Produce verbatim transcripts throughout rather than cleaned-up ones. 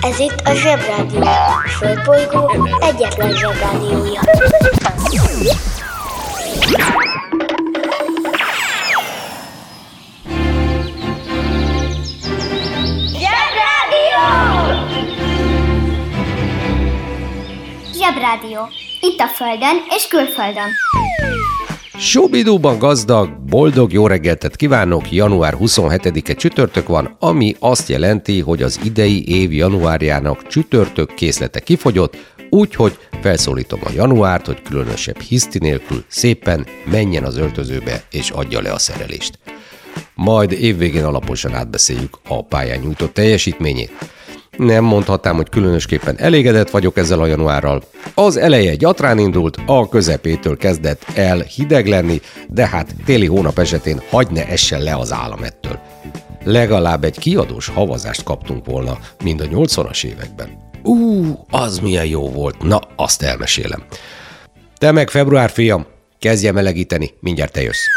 Ez itt a Zsebrádió, a Földbolygó egyetlen Zsebrádiója. Zsebrádió! Zsebrádió. Itt a Földön és külföldön. Sobidúban gazdag, boldog jó reggeltet kívánok! január huszonhetedike csütörtök van, ami azt jelenti, hogy az idei év januárjának csütörtök készlete kifogyott, úgyhogy felszólítom a januárt, hogy különösebb hiszti nélkül szépen menjen az öltözőbe és adja le a szerelést. Majd évvégén alaposan átbeszéljük a pályán nyújtott teljesítményét. Nem mondhatnám, hogy különösképpen elégedett vagyok ezzel a januárral. Az eleje gyatrán indult, a közepétől kezdett el hideg lenni, de hát téli hónap esetén hagy ne essen le az állam ettől. Legalább egy kiadós havazást kaptunk volna, mint a nyolcvanas években. Ú, az milyen jó volt, na azt elmesélem. Te meg február fiam, kezdje melegíteni, mindjárt te jössz.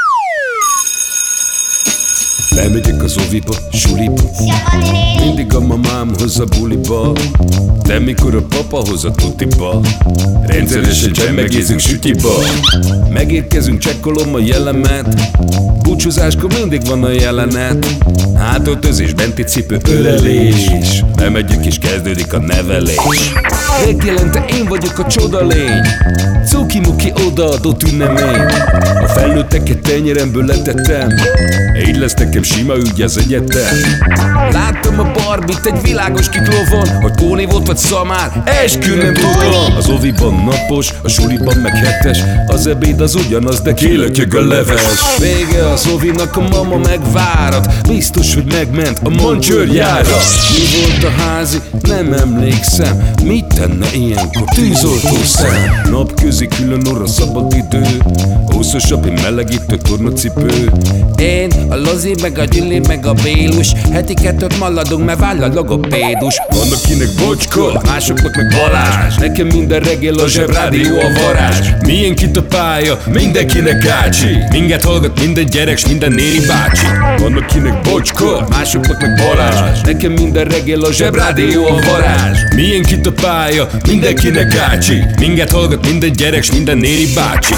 Lemegyek az oviba, suliba, mindig a mamám hoz a buliba, de mikor a papa hoz a tutiba, rendszeresen csemmegézünk sütiba. Megérkezünk, csekkolom a jellemet, búcsúzáskor mindig van a jelenet, hátöltözés, benti cipő, ölelés, bemegyek és kezdődik a nevelés. Reggelente én vagyok a csoda lény, cuki-muki odaadott ünnemény, a felnőtteket tenyeremből letettem, így lesz nekem sima ügy az egyetem. Láttam a Barbit egy világos kiklovon, hogy Póni volt vagy szamár, eskü nem tudom. Az oviban napos, a suliban meg hetes, az ebéd az ugyanaz, de kilötyög a leves. Vége az ovinak, a mama megvárat, biztos, hogy megment a mancsőrjára. Mi volt a házi? Nem emlékszem, mit tenne ilyenkor tűzoltószem? Napközi külön orra szabad idő, húszosabb, én melegítő tornacipő. Én, a Lozi, meg a Gyüli, meg a Bélus, heti kettőt maladunk, mert váll a logopédus. Vannak kinek Bocska, másoknak meg Balázs, nekem minden reggel a Zsebrádió a varázs. Milyen itt a pálya, mindenkinek ácsi, minket hallgat minden gyerek, s minden néri bácsi. Vannak kinek Bocska, másoknak meg Balázs, nekem minden reggel a Zsebrádió a varázs. Milyen itt a pálya, mindenkinek ácsi, minket hallgat minden gyerek, s minden néri bácsi.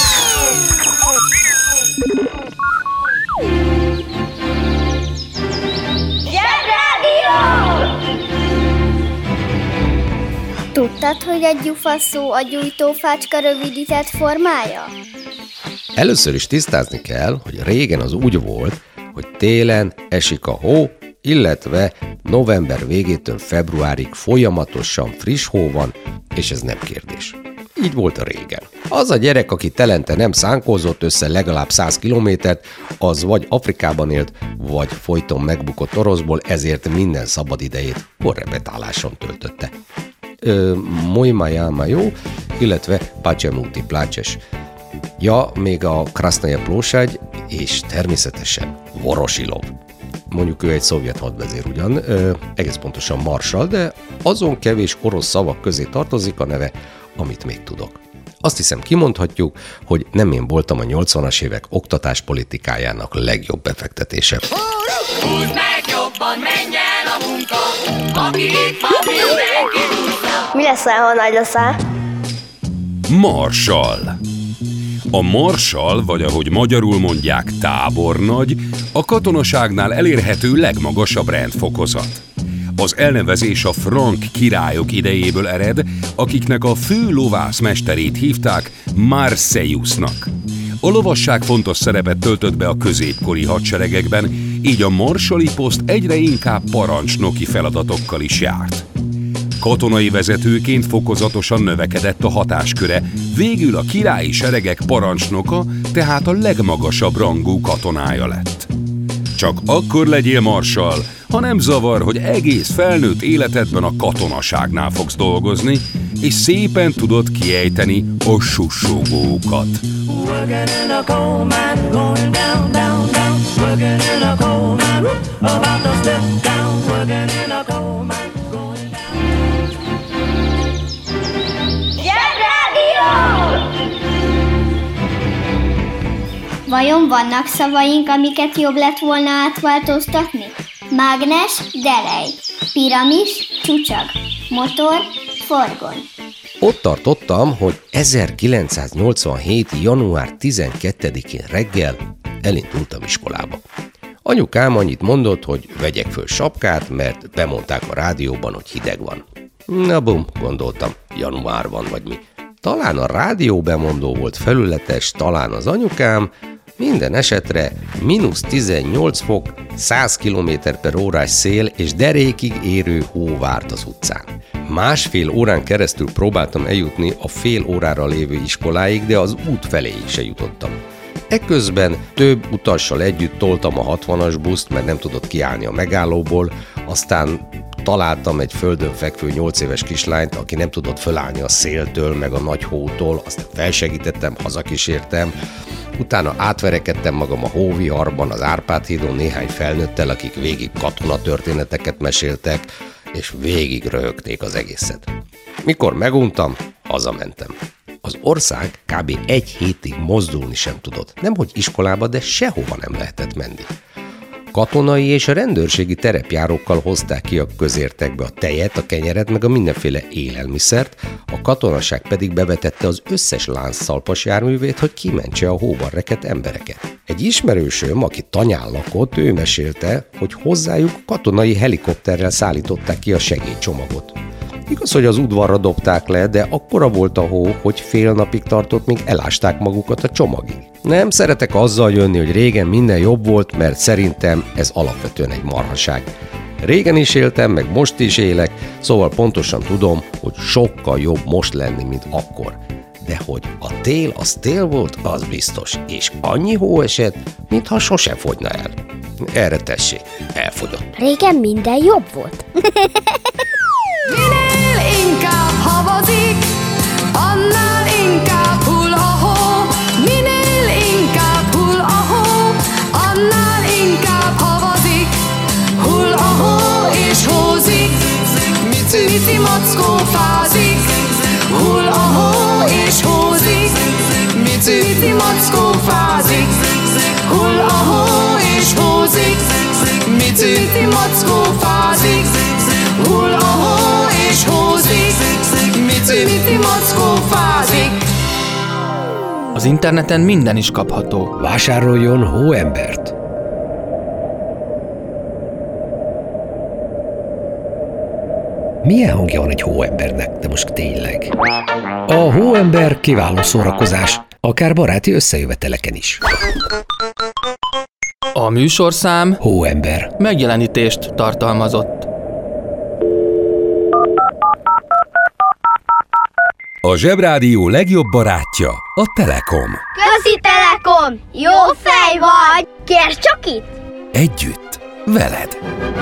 Tudtad, hogy egy gyufa szó a gyújtófácska rövidített formája? Először is tisztázni kell, hogy régen az úgy volt, hogy télen esik a hó, illetve november végétől februárig folyamatosan friss hó van, és ez nem kérdés. Így volt a régen. Az a gyerek, aki telente nem szánkózott össze legalább száz kilométert, az vagy Afrikában élt, vagy folyton megbukott oroszból, ezért minden szabad idejét korrepetáláson töltötte. Muy majama jó, illetve Pacemuti plácses. Ja, még a Krasznaja Plóságy, és természetesen Vorosilov. Mondjuk ő egy szovjet hadvezér ugyan, ö, egész pontosan marsal, de azon kevés orosz szavak közé tartozik a neve, amit még tudok. Azt hiszem kimondhatjuk, hogy nem én voltam a nyolcvanas évek oktatáspolitikájának legjobb befektetése. Húzd meg jobban, menjen a munka, aki itt van, mindenki húzza. Mi leszel, ha nagy leszel? Marsall. A marsall, vagy ahogy magyarul mondják, tábornagy, a katonaságnál elérhető legmagasabb rendfokozat. Az elnevezés a frank királyok idejéből ered, akiknek a fő lovászmesterét hívták Marseillusnak. A lovasság fontos szerepet töltött be a középkori hadseregekben, így a marsalli poszt egyre inkább parancsnoki feladatokkal is járt. Katonai vezetőként fokozatosan növekedett a hatásköre, végül a királyi seregek parancsnoka, tehát a legmagasabb rangú katonája lett. Csak akkor legyél marsall, ha nem zavar, hogy egész felnőtt életedben a katonaságnál fogsz dolgozni, és szépen tudod kiejteni a sussogókat. Vajon vannak szavaink, amiket jobb lett volna átváltoztatni? Mágnes, derej. Piramis, csúcsag. Motor, forgon. Ott tartottam, hogy ezerkilencszáznyolcvanhét. január tizenkettedikén reggel elindultam iskolába. Anyukám annyit mondott, hogy vegyek föl sapkát, mert bemondták a rádióban, hogy hideg van. Na bum, gondoltam, január van vagy mi. Talán a rádió bemondó volt felületes, talán az anyukám, minden esetre mínusz tizennyolc fok, száz kilométer per órás szél és derékig érő hó várt az utcán. Másfél órán keresztül próbáltam eljutni a fél órára lévő iskoláig, de az út feléig se jutottam. Ekközben több utassal együtt toltam a hatvanas buszt, mert nem tudott kiállni a megállóból, aztán találtam egy földön fekvő nyolc éves kislányt, aki nem tudott fölállni a széltől, meg a nagy hótól, aztán felsegítettem, hazakísértem, utána átverekedtem magam a hóviharban, az Árpád hídon néhány felnőttel, akik végig katonatörténeteket meséltek, és végig röhögték az egészet. Mikor meguntam, hazamentem. Az ország kb. egy hétig mozdulni sem tudott. Nemhogy iskolába, de sehova nem lehetett menni. Katonai és a rendőrségi terepjárókkal hozták ki a közértekbe a tejet, a kenyeret, meg a mindenféle élelmiszert, a katonaság pedig bevetette az összes láncszalpas járművét, hogy kimentse a hóban rekedt embereket. Egy ismerősöm, aki Tanyán lakott, ő mesélte, hogy hozzájuk katonai helikopterrel szállították ki a segélycsomagot. Igaz, hogy az udvarra dobták le, de akkora volt a hó, hogy fél napig tartott, míg elásták magukat a csomagig. Nem szeretek azzal jönni, hogy régen minden jobb volt, mert szerintem ez alapvetően egy marhaság. Régen is éltem, meg most is élek, szóval pontosan tudom, hogy sokkal jobb most lenni, mint akkor. De hogy a tél az tél volt, az biztos, és annyi hó esett, mintha sosem fogyna el. Erre tessék, elfogyott. Régen minden jobb volt. Minél inkább havazik, annál inkább hull a hó. Minél inkább hull a hó, annál inkább havazik. Hull a hó és hózik, mici, mici mackó fázik. Hull a hó és hózik, mici, mici mackó fázik. Hull a hó és hózik, mici, mici mackó fázik. Hull a hó és hózik, mici, mici mackó fázik. Az interneten minden is kapható. Vásároljon hóembert! Milyen hangja van egy hóembernek, de most tényleg? A hóember kiváló szórakozás, akár baráti összejöveteleken is. A műsorszám Hóember. megjelenítést tartalmazott. A Zsebrádió legjobb barátja a Telekom. Közi Telekom! Jó fej vagy! Kérd csak itt! Együtt, veled.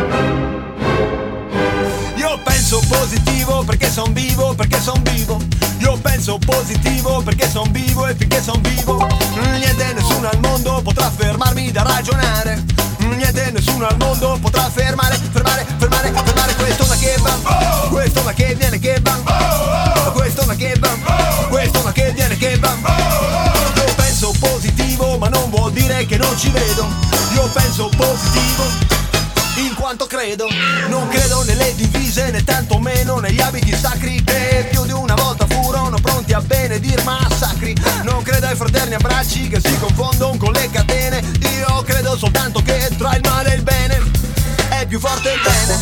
Io penso positivo perché son vivo, perché son vivo. Io penso positivo perché son vivo e finché son vivo niente nessuno al mondo potrà fermarmi da ragionare. Niente nessuno al mondo potrà fermare, fermare, fermare, fermare questo ma che va, questo ma che viene che va, questo ma che va, questo ma che viene che va. Io penso positivo ma non vuol dire che non ci vedo. Io penso positivo in quanto credo, non credo nelle divise né tanto meno negli abiti sacri che più di una volta furono pronti a benedir massacri. Non credo ai fraterni abbracci che si confondono con le catene. Io credo soltanto che tra il male e il bene è più forte il bene.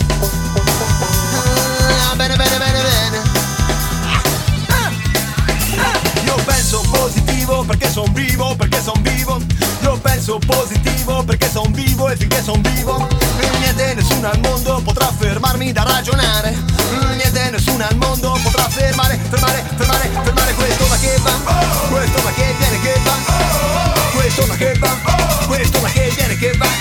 Ah, bene, bene, bene, bene. Ah, ah. Io penso positivo perché son vivo, perché son vivo. Io penso positivo perché son vivo e finché son vivo niente nessuno al mondo potrà fermarmi da ragionare. Niente nessuno al mondo potrà fermare, fermare, fermare, fermare questo ma che va, questo ma che viene che va, questo ma che va, questo ma che viene che va.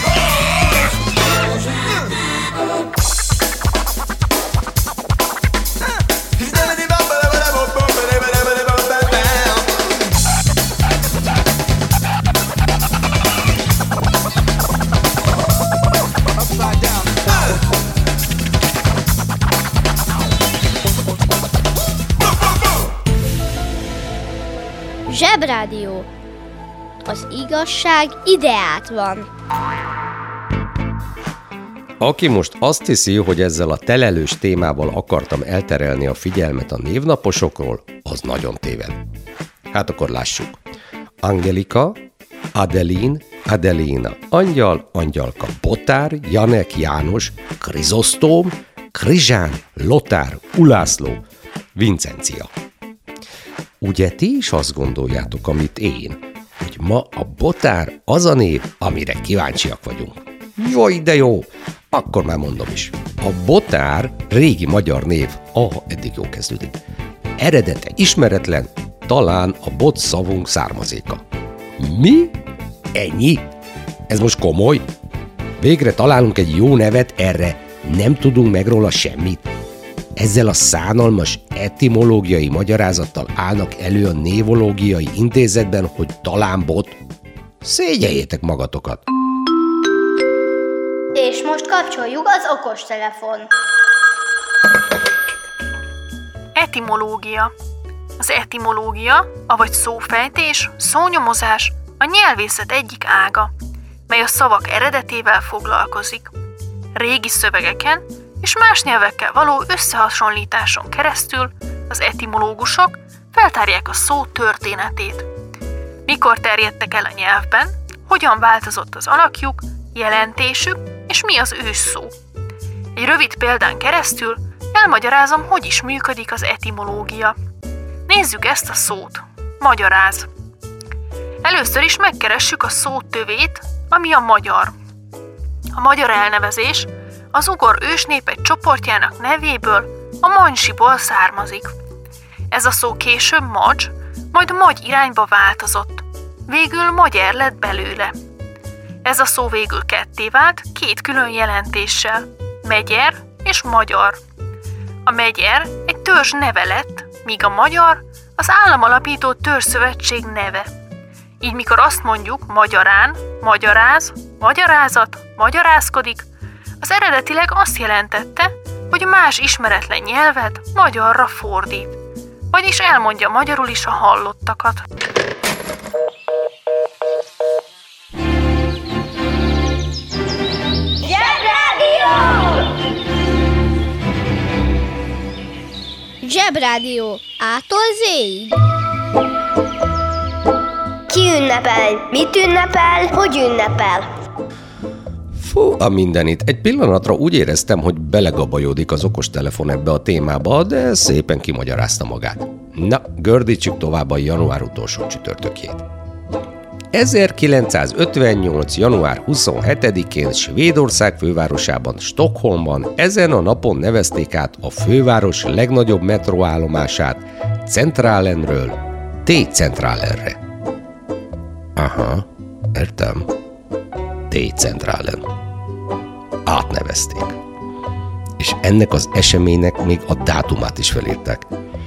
Zsebrádió. Az igazság ideát van. aki most azt hiszi, hogy ezzel a telelős témával akartam elterelni a figyelmet a névnaposokról, az nagyon téved. Hát akkor lássuk. Angelika, Adelin, Adelina, Angyal, Angyalka, Botár, Janek, János, Krizosztóm, Krizsán, Lotár, Ulászló, Vincencia. Ugye ti is azt gondoljátok, amit én, hogy ma a Botár az a név, amire kíváncsiak vagyunk. Jaj, de jó! Akkor már mondom is. A Botár régi magyar név, aha, eddig jó kezdődik. Eredete ismeretlen, talán a bot szavunk származéka. Mi? Ennyi? Ez most komoly? Végre találunk egy jó nevet erre, nem tudunk meg róla semmit. Ezzel a szánalmas etimológiai magyarázattal állnak elő a névológiai intézetben, hogy talán bot. Szégyeljétek magatokat! És most kapcsoljuk az okostelefon. Etimológia. Az etimológia, avagy szófejtés, szónyomozás a nyelvészet egyik ága, mely a szavak eredetével foglalkozik. Régi szövegeken és más nyelvekkel való összehasonlításon keresztül az etimológusok feltárják a szó történetét. Mikor terjedtek el a nyelvben, hogyan változott az alakjuk, jelentésük és mi az ősszó. Egy rövid példán keresztül elmagyarázom, hogy is működik az etimológia. Nézzük ezt a szót. Magyaráz. Először is megkeressük a szó tövét, ami a magyar. A magyar elnevezés az ugor ősnép egy csoportjának nevéből, a mansiból származik. Ez a szó később magy, majd magy irányba változott. Végül magyar lett belőle. Ez a szó végül ketté vált két külön jelentéssel, megyer és magyar. A megyer egy törzs neve lett, míg a magyar az államalapító törzszövetség neve. Így mikor azt mondjuk magyarán, magyaráz, magyarázat, magyarázkodik, az eredetileg azt jelentette, hogy más ismeretlen nyelvet magyarra fordít, vagyis elmondja magyarul is a hallottakat. Zsebrádió. A-tól Z-ig. Ki ünnepel? Mit ünnepel? Hogy ünnepel? Fú, a mindenit. Egy pillanatra úgy éreztem, hogy belegabajodik az okostelefon ebbe a témába, de szépen kimagyarázta magát. Na, gördítsük tovább a január utolsó csütörtökjét. ezerkilencszázötvennyolc. január huszonhetedikén Svédország fővárosában, Stockholmban ezen a napon nevezték át a főváros legnagyobb metróállomását Centralenről T-Centralenre. Aha, értem. T-Centralen. Átnevezték. És ennek az eseménynek még a dátumát is felírták.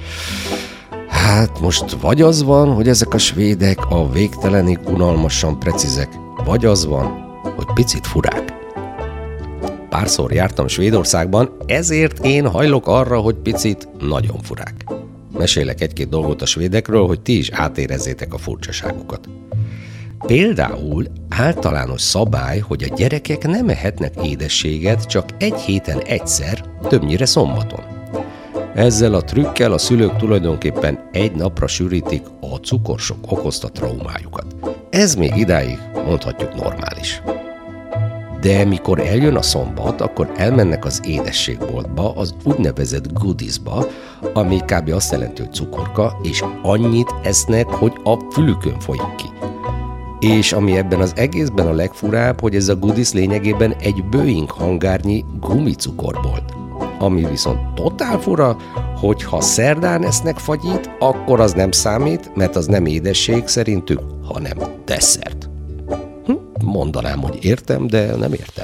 Hát most vagy az van, hogy ezek a svédek a végtelenig unalmasan precízek, vagy az van, hogy picit furák. Párszor jártam Svédországban, ezért én hajlok arra, hogy picit nagyon furák. Mesélek egy-két dolgot a svédekről, hogy ti is átérezzétek a furcsaságukat. Például általános szabály, hogy a gyerekek nem ehetnek édességet csak egy héten egyszer, többnyire szombaton. Ezzel a trükkel a szülők tulajdonképpen egy napra sűrítik a cukorsok okozta traumájukat. Ez még idáig mondhatjuk normális. De mikor eljön a szombat, akkor elmennek az édességboltba, az úgynevezett goodiesba, ami kb. Azt jelenti, hogy cukorka, és annyit esznek, hogy a fülükön folyik ki. És ami ebben az egészben a legfurább, hogy ez a goodies lényegében egy Boeing hangárnyi gumicukorbolt. Ami viszont totál fura, hogy ha szerdán esznek fagyit, akkor az nem számít, mert az nem édesség szerintük, hanem desszert. Hm, mondanám, hogy értem, de nem értem.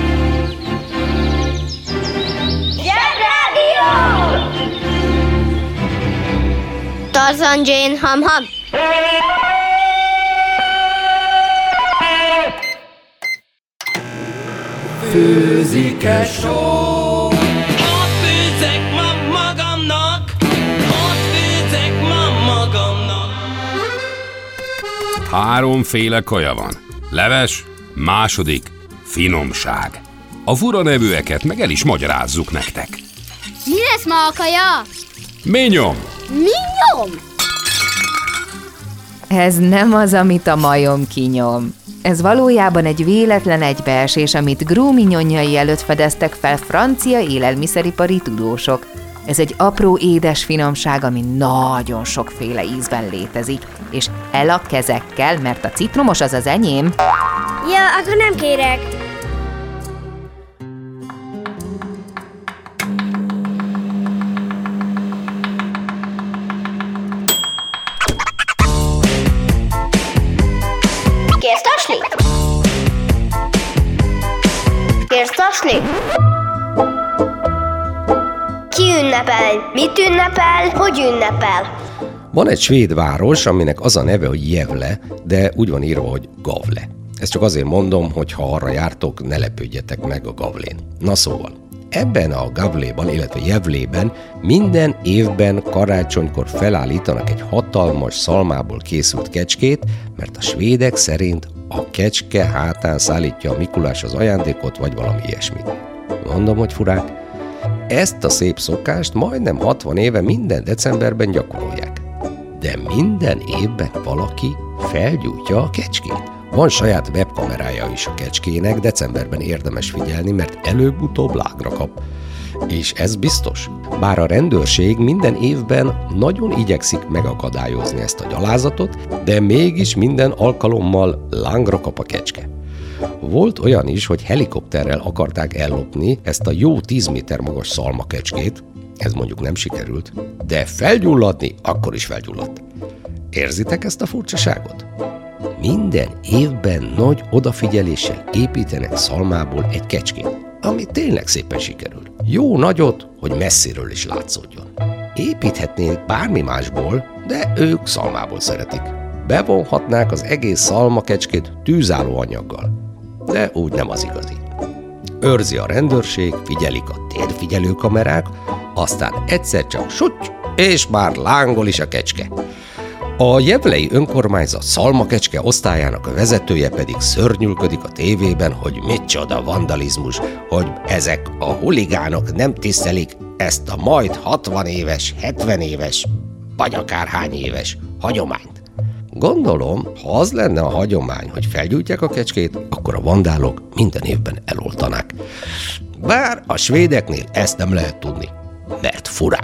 Zsebrádió! Tarzan, Jane, ham-ham. Főzike só. Ott főzek ma magamnak, ott főzek ma magamnak. Háromféle kaja van. Leves, második, finomság. A fura nevűeket meg el is magyarázzuk nektek. Mi lesz ma a kaja? Minyom! Minyom? Ez nem az, amit a majom kinyom. Ez valójában egy véletlen egybeesés, amit Gros mignonjai előtt fedeztek fel francia élelmiszeripari tudósok. Ez egy apró édes finomság, ami nagyon sokféle ízben létezik. És el a kezekkel, mert a citromos az az enyém. Ja, akkor nem kérek. Kérsz tasni? Kérsz tasni? Ki ünnepel? Mit ünnepel? Hogy ünnepel? Van egy svéd város, aminek az a neve, hogy Gävle, de úgy van írva, hogy Gavle. Ezt csak azért mondom, hogy ha arra jártok, ne lepődjetek meg a Gavlén. Na szóval, ebben a Gavléban, illetve Gävlében minden évben karácsonykor felállítanak egy hatalmas szalmából készült kecskét, mert a svédek szerint a kecske hátán szállítja a Mikulás az ajándékot, vagy valami ilyesmit. Mondom, hogy furák. Ezt a szép szokást majdnem hatvan éve minden decemberben gyakorolják. De minden évben valaki felgyújtja a kecskét. Van saját webkamerája is a kecskének, decemberben érdemes figyelni, mert előbb-utóbb lágra kap. És ez biztos. Bár a rendőrség minden évben nagyon igyekszik megakadályozni ezt a gyalázatot, de mégis minden alkalommal lángra kap a kecske. Volt olyan is, hogy helikopterrel akarták ellopni ezt a jó tíz méter magas szalmakecskét, ez mondjuk nem sikerült, de felgyulladni akkor is felgyulladt. Érzitek ezt a furcsaságot? Minden évben nagy odafigyeléssel építenek szalmából egy kecskét, ami tényleg szépen sikerül. Jó nagyot, hogy messziről is látszódjon. Építhetnék bármi másból, de ők szalmából szeretik. Bevonhatnák az egész szalmakecskét tűzálló anyaggal, de úgy nem az igazi. Őrzi a rendőrség, figyelik a térfigyelő kamerák, aztán egyszer csak sutty, és már lángol is a kecske. A gävlei önkormányzat szalmakecske osztályának a vezetője pedig szörnyűködik a tévében, hogy micsoda vandalizmus, hogy ezek a huligánok nem tisztelik ezt a majd hatvan éves, hetven éves, vagy akárhány éves hagyományt. Gondolom, ha az lenne a hagyomány, hogy felgyújtják a kecskét, akkor a vandálok minden évben eloltanák. Bár a svédeknél ezt nem lehet tudni, mert furák.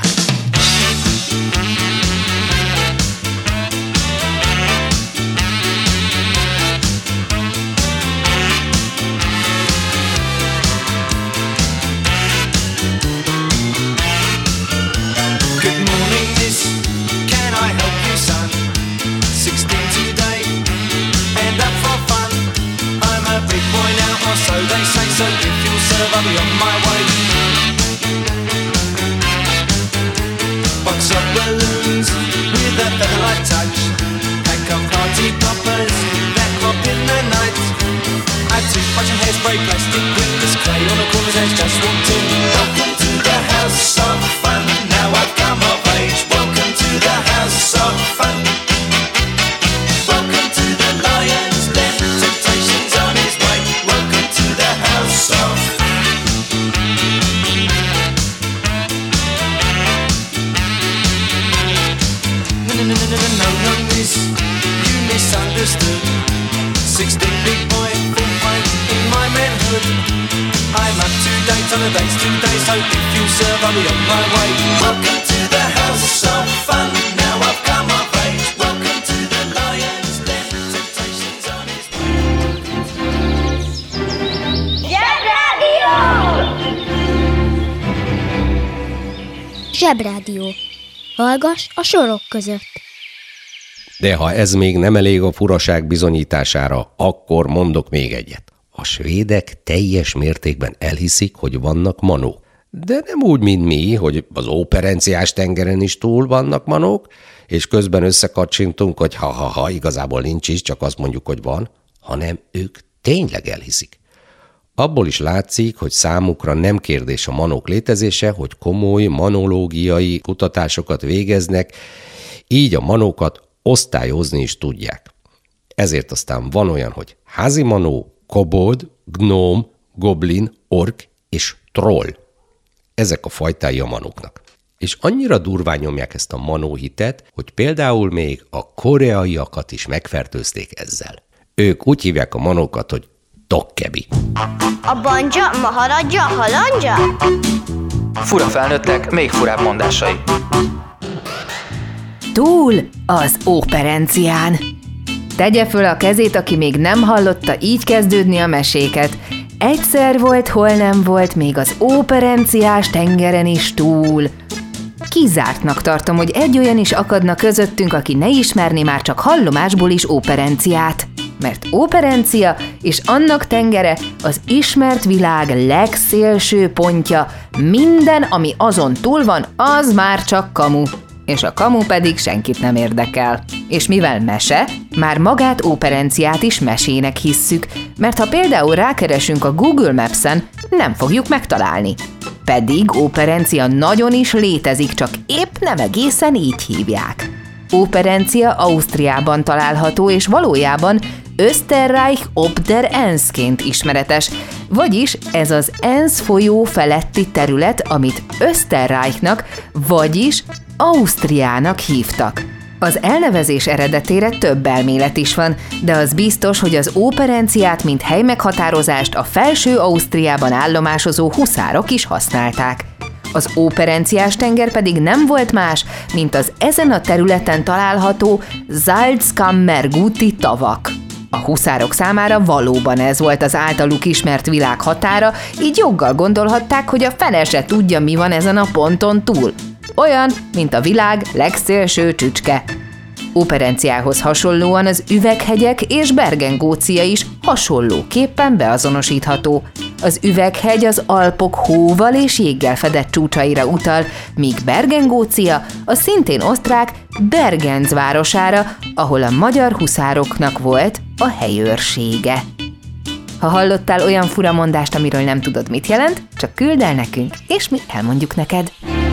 I'll be on my way. Box up balloons with a featherlight touch. Pack up party poppers that pop in the night. Add toothbrush and hairspray, plastic glitters, clay on a corner's edge, just walked in. Welcome to the house of fun. Now I've come of age. Welcome to the house of fun. Welcome to the lion's den. Temptation's on his way. Welcome to the house of fun. No, no, miss, you misunderstood. Sixteen big boy, full pint in my manhood. I'm up to date on the dates today, so if you serve, I'll be on my way. Welcome to the house of fun. Now I've come of age. Welcome to the lion's den. Temptation's on his way. Zsebrádió! Zsebrádió. Hallgass a sorok között. De ha ez még nem elég a furaság bizonyítására, akkor mondok még egyet. A svédek teljes mértékben elhiszik, hogy vannak manók. De nem úgy, mint mi, hogy az óperenciás tengeren is túl vannak manók, és közben összekacsintunk, hogy ha-ha-ha, igazából nincs is, csak azt mondjuk, hogy van, hanem ők tényleg elhiszik. Abból is látszik, hogy számukra nem kérdés a manók létezése, hogy komoly manológiai kutatásokat végeznek, így a manókat osztályozni is tudják. Ezért aztán van olyan, hogy házi manó, kobold, gnóm, goblin, ork és troll. Ezek a fajtái a manóknak. És annyira durván nyomják ezt a manóhitet, hogy például még a koreaiakat is megfertőzték ezzel. Ők úgy hívják a manókat, hogy tokkebi. A banja, maharadja, halandja? Fura felnőttek, még furább mondásai. Túl az óperencián. Tegye föl a kezét, aki még nem hallotta így kezdődni a meséket. Egyszer volt, hol nem volt, még az óperenciás tengeren is túl. Kizártnak tartom, hogy egy olyan is akadna közöttünk, aki ne ismerné már csak hallomásból is óperenciát. Mert óperencia és annak tengere az ismert világ legszélső pontja, minden, ami azon túl van, az már csak kamu. És a kamu pedig senkit nem érdekel. És mivel mese, már magát óperenciát is mesének hisszük, mert ha például rákeresünk a Google Maps-en, nem fogjuk megtalálni. Pedig óperencia nagyon is létezik, csak épp nem egészen így hívják. Óperencia Ausztriában található, és valójában Österreich ob der Ennsként ismeretes, vagyis ez az Enns folyó feletti terület, amit Österreichnak, vagyis Ausztriának hívtak. Az elnevezés eredetére több elmélet is van, de az biztos, hogy az óperenciát, mint helymeghatározást a felső Ausztriában állomásozó huszárok is használták. Az óperenciás tenger pedig nem volt más, mint az ezen a területen található Salzkammerguti tavak. A huszárok számára valóban ez volt az általuk ismert világ határa, így joggal gondolhatták, hogy a fene se tudja, mi van ezen a ponton túl. Olyan, mint a világ legszélső csücske. Óperenciához hasonlóan az Üveghegyek és Bergen-Gócia is hasonlóképpen beazonosítható. Az Üveghegy az Alpok hóval és jéggel fedett csúcsaira utal, míg Bergen-Gócia a szintén osztrák Bergenz városára, ahol a magyar huszároknak volt a helyőrsége. Ha hallottál olyan furamondást, amiről nem tudod, mit jelent, csak küld el nekünk, és mi elmondjuk neked.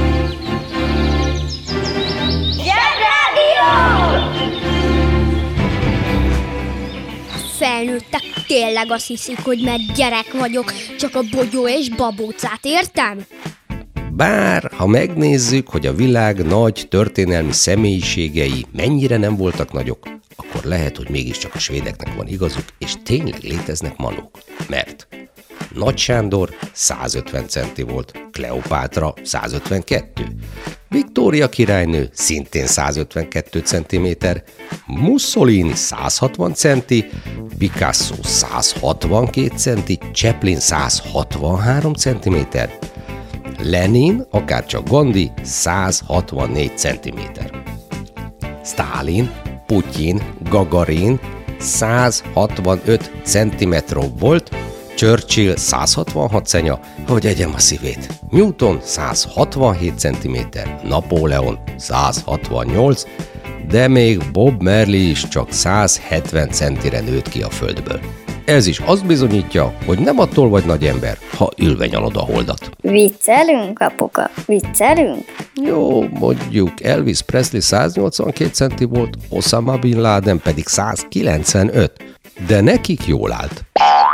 Felnőttek tényleg azt hiszik, hogy mert gyerek vagyok, csak a bogyó és babócát értem? Bár, ha megnézzük, hogy a világ nagy történelmi személyiségei mennyire nem voltak nagyok, akkor lehet, hogy mégiscsak a svédeknek van igazuk, és tényleg léteznek manók. Mert Nagy Sándor százötven centi volt, Kleopátra százötvenkettő, Viktória királynő szintén százötvenkettő centiméter, Mussolini százhatvan centi, Picasso százhatvankét centi, Chaplin százhatvanhárom centiméter, Lenin, akárcsak Gandhi százhatvannégy centiméter. Sztálin, Putyin, Gagarin százhatvanöt centiméter volt, Churchill százhatvanhat cenya, hogy egyem a szívét. Newton százhatvanhét centiméter, Napóleon százhatvannyolc, de még Bob Marley is csak százhetven centire nőtt ki a földből. Ez is azt bizonyítja, hogy nem attól vagy nagy ember, ha ülve nyalod a holdat. Viccelünk, apuka, viccelünk? Jó, mondjuk Elvis Presley száznyolcvankét centi volt, Osama Bin Laden pedig százkilencvenöt, de nekik jól állt.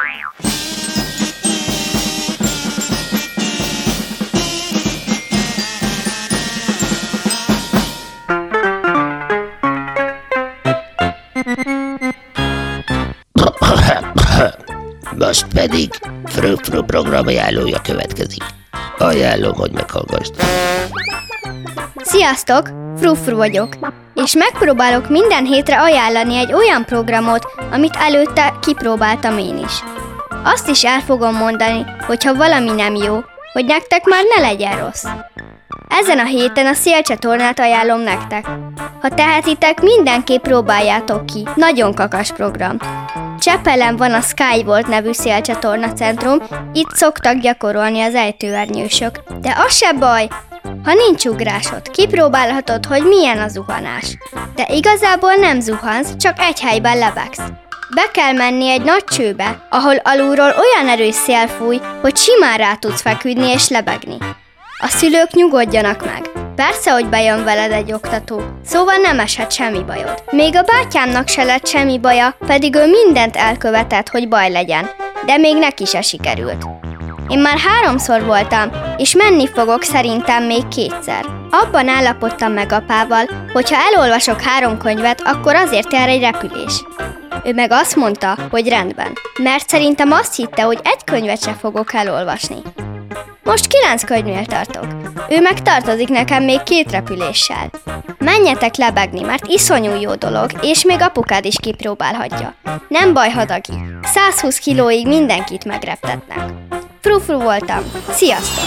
Most pedig Frou-Frou program ajánlója következik. Ajánlom, hogy meghallgassd. Sziasztok, Frou-Frou vagyok, és megpróbálok minden hétre ajánlani egy olyan programot, amit előtte kipróbáltam én is. Azt is el fogom mondani, hogyha valami nem jó, hogy nektek már ne legyen rossz. Ezen a héten a Szél-csatornát ajánlom nektek. Ha tehetitek, mindenképp próbáljátok ki. Nagyon kakas program. Csepelen van a Skyvolt nevű szélcsatorna centrum, itt szoktak gyakorolni az ejtőernyősök. De az se baj, ha nincs ugrásod, kipróbálhatod, hogy milyen a zuhanás. De igazából nem zuhansz, csak egy helyben lebegsz. Be kell menni egy nagy csőbe, ahol alulról olyan erős szél fúj, hogy simán rá tudsz feküdni és lebegni. A szülők nyugodjanak meg. Persze, hogy bejön veled egy oktató, szóval nem eshet semmi bajod. Még a bátyámnak se lett semmi baja, pedig ő mindent elkövetett, hogy baj legyen. de még neki se sikerült. Én már háromszor voltam, és menni fogok szerintem még kétszer. Abban állapodtam meg apával, hogy ha elolvasok három könyvet, akkor azért jár egy repülés. Ő meg azt mondta, hogy rendben, mert szerintem azt hitte, hogy egy könyvet se fogok elolvasni. Most kilenc könyvnél tartok. Ő meg tartozik nekem még két repüléssel. Menjetek lebegni, mert iszonyú jó dolog, és még apukád is kipróbálhatja. Nem baj, Hadagi. százhúsz kilóig mindenkit megreptetnek. Frufru voltam. Sziasztok!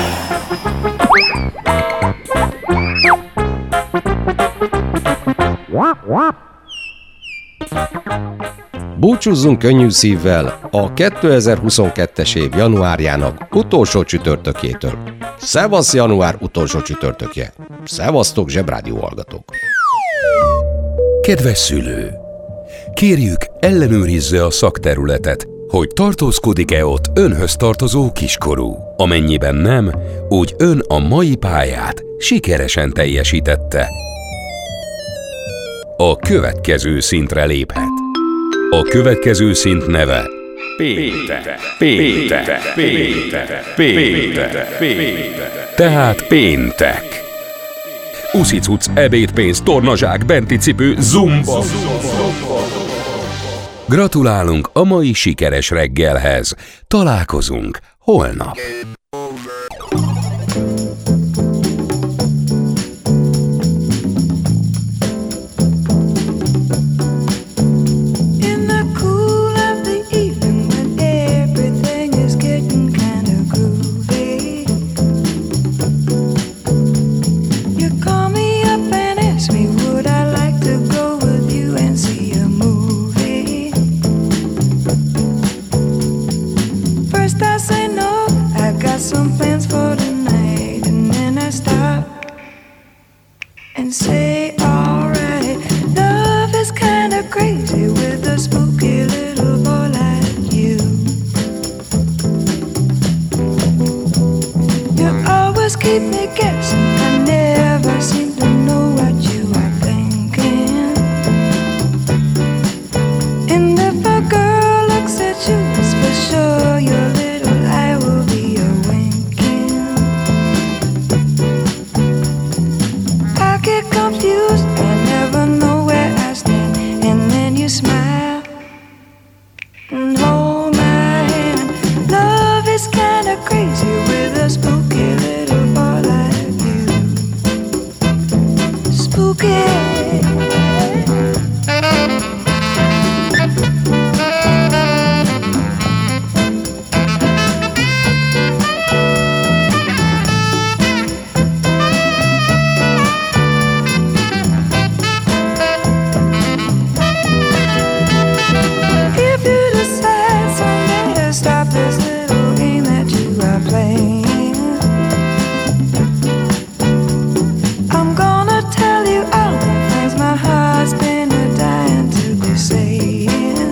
Búcsúzzunk könnyű szívvel a kétezer-huszonkettes év januárjának utolsó csütörtökétől. Szevasz január utolsó csütörtökje! Szevasztok, Zsebrádió hallgatók! Kedves szülő! Kérjük, ellenőrizze a szakterületet, hogy tartózkodik-e ott önhöz tartozó kiskorú. Amennyiben nem, úgy ön a mai pályát sikeresen teljesítette. A következő szintre léphet. A következő szint neve Péntek, péntek, péntek, péntek, péntek. Tehát péntek. Uszicuc, ebédpénz, tornazsák, benti cipő, zumba. Gratulálunk a mai sikeres reggelhez. Találkozunk holnap. And say, alright, love is kinda crazy with a spooky little boy like you. You always keep me guessing, I never seem to know what you are thinking. And if a girl looks at you, it's for sure your little eye will be a winking. I get confused, I never know where I stand. And then you smile and hold my hand. Love is kinda crazy with a spooky little boy like you. Spooky. Stop this little game that you are playing. I'm gonna tell you all the things my heart's been dying to be saying.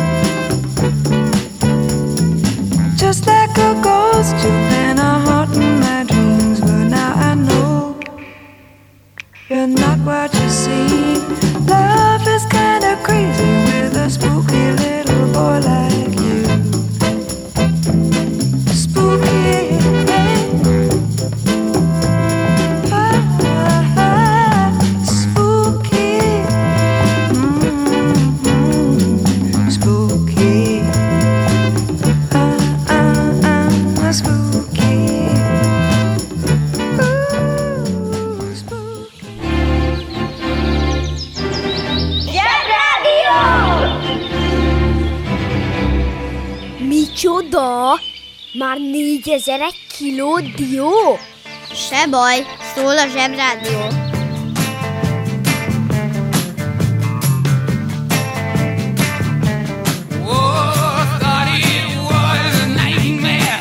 Just like a ghost, you've been a haunting my dreams, but now I know you're not what you seem. Love is kinda crazy with a spooky little boy like you. Micsoda? Már négyezer kiló dió? Se baj, szól a Zsebrádió.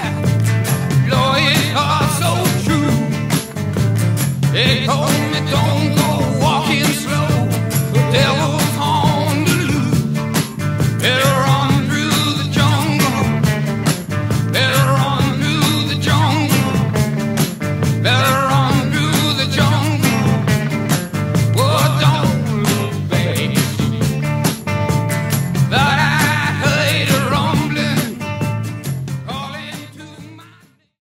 They told me don't